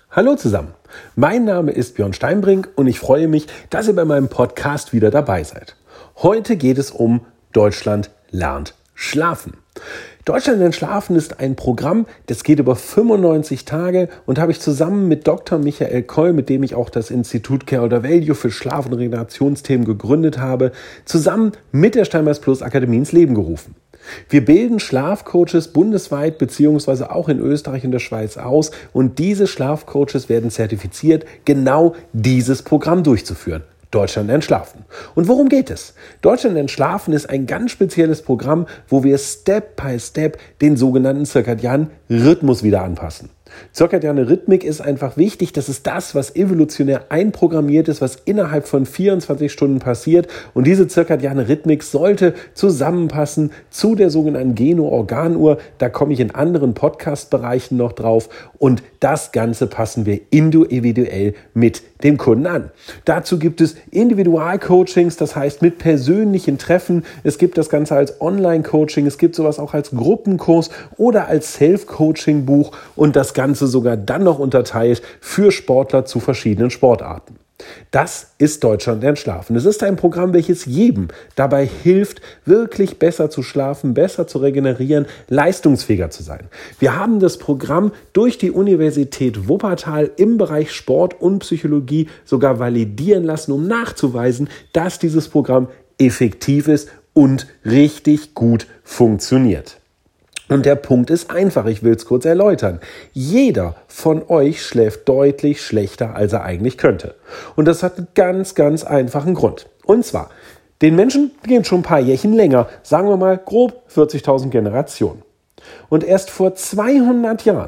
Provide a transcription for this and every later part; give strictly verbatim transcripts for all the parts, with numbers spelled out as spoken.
Hallo zusammen, mein Name ist Björn Steinbrink und ich freue mich, dass ihr bei meinem Podcast wieder dabei seid. Heute geht es um Deutschland lernt schlafen. Deutschland lernt schlafen ist ein Programm, das geht über fünfundneunzig Tage und habe ich zusammen mit Doktor Michael Koll, mit dem ich auch das Institut Care oder Value für Schlaf- und Regenerationsthemen gegründet habe, zusammen mit der Steinbeis Plus Akademie ins Leben gerufen. Wir bilden Schlafcoaches bundesweit beziehungsweise auch in Österreich und der Schweiz aus und diese Schlafcoaches werden zertifiziert, genau dieses Programm durchzuführen. Deutschland lernt schlafen. Und worum geht es? Deutschland lernt schlafen ist ein ganz spezielles Programm, wo wir Step by Step den sogenannten zirkadianen Rhythmus wieder anpassen. Zirkadiane Rhythmik ist einfach wichtig. Das ist das, was evolutionär einprogrammiert ist, was innerhalb von vierundzwanzig Stunden passiert. Und diese zirkadiane Rhythmik sollte zusammenpassen zu der sogenannten Geno-Organuhr. Da komme ich in anderen Podcast-Bereichen noch drauf. Und das Ganze passen wir individuell mit dem Kunden an. Dazu gibt es Individualcoachings, das heißt mit persönlichen Treffen. Es gibt das Ganze als Online-Coaching. Es gibt sowas auch als Gruppenkurs oder als Self-Coaching-Buch. Und das Ganze sogar dann noch unterteilt für Sportler zu verschiedenen Sportarten. Das ist Deutschland lernt schlafen. Es ist ein Programm, welches jedem dabei hilft, wirklich besser zu schlafen, besser zu regenerieren, leistungsfähiger zu sein. Wir haben das Programm durch die Universität Wuppertal im Bereich Sport und Psychologie sogar validieren lassen, um nachzuweisen, dass dieses Programm effektiv ist und richtig gut funktioniert. Und der Punkt ist einfach, ich will es kurz erläutern. Jeder von euch schläft deutlich schlechter, als er eigentlich könnte. Und das hat einen ganz, ganz einfachen Grund. Und zwar, den Menschen gehen schon ein paar Jährchen länger, sagen wir mal grob vierzigtausend Generationen. Und erst vor zweihundert Jahren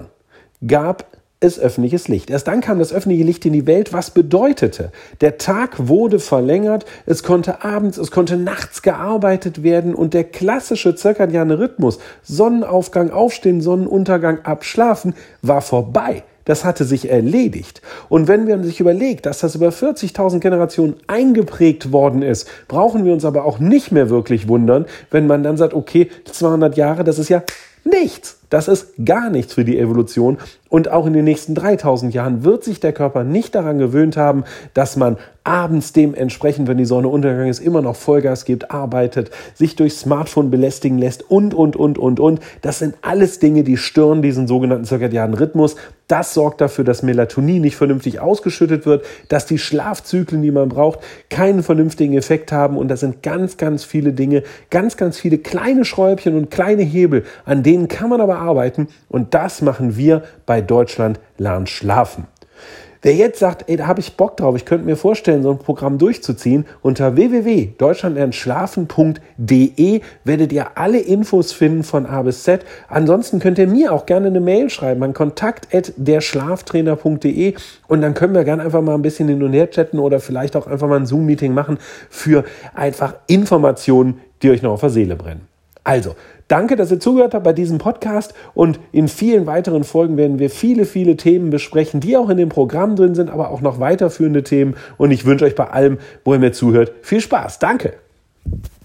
gab es öffentliches Licht. Erst dann kam das öffentliche Licht in die Welt, was bedeutete, der Tag wurde verlängert, es konnte abends, es konnte nachts gearbeitet werden und der klassische zirkadiane Rhythmus, Sonnenaufgang, Aufstehen, Sonnenuntergang, Abschlafen, war vorbei. Das hatte sich erledigt. Und wenn man sich überlegt, dass das über vierzigtausend Generationen eingeprägt worden ist, brauchen wir uns aber auch nicht mehr wirklich wundern, wenn man dann sagt, okay, zweihundert Jahre, das ist ja nichts. Das ist gar nichts für die Evolution und auch in den nächsten dreitausend Jahren wird sich der Körper nicht daran gewöhnt haben, dass man abends dementsprechend, wenn die Sonne untergegangen ist, immer noch Vollgas gibt, arbeitet, sich durch Smartphone belästigen lässt und, und, und, und, und. Das sind alles Dinge, die stören diesen sogenannten zirkadianen Rhythmus. Das sorgt dafür, dass Melatonin nicht vernünftig ausgeschüttet wird, dass die Schlafzyklen, die man braucht, keinen vernünftigen Effekt haben und das sind ganz, ganz viele Dinge, ganz, ganz viele kleine Schräubchen und kleine Hebel, an denen kann man aber arbeiten und das machen wir bei Deutschland lernt schlafen. Wer jetzt sagt, ey, da habe ich Bock drauf, ich könnte mir vorstellen, so ein Programm durchzuziehen, unter w w w punkt deutschland lernt schlafen punkt d e werdet ihr alle Infos finden von A bis Z. Ansonsten könnt ihr mir auch gerne eine Mail schreiben an kontakt at der schlaftrainer punkt d e und dann können wir gerne einfach mal ein bisschen hin und her chatten oder vielleicht auch einfach mal ein Zoom-Meeting machen für einfach Informationen, die euch noch auf der Seele brennen. Also, danke, dass ihr zugehört habt bei diesem Podcast und in vielen weiteren Folgen werden wir viele, viele Themen besprechen, die auch in dem Programm drin sind, aber auch noch weiterführende Themen und ich wünsche euch bei allem, wo ihr mir zuhört, viel Spaß. Danke!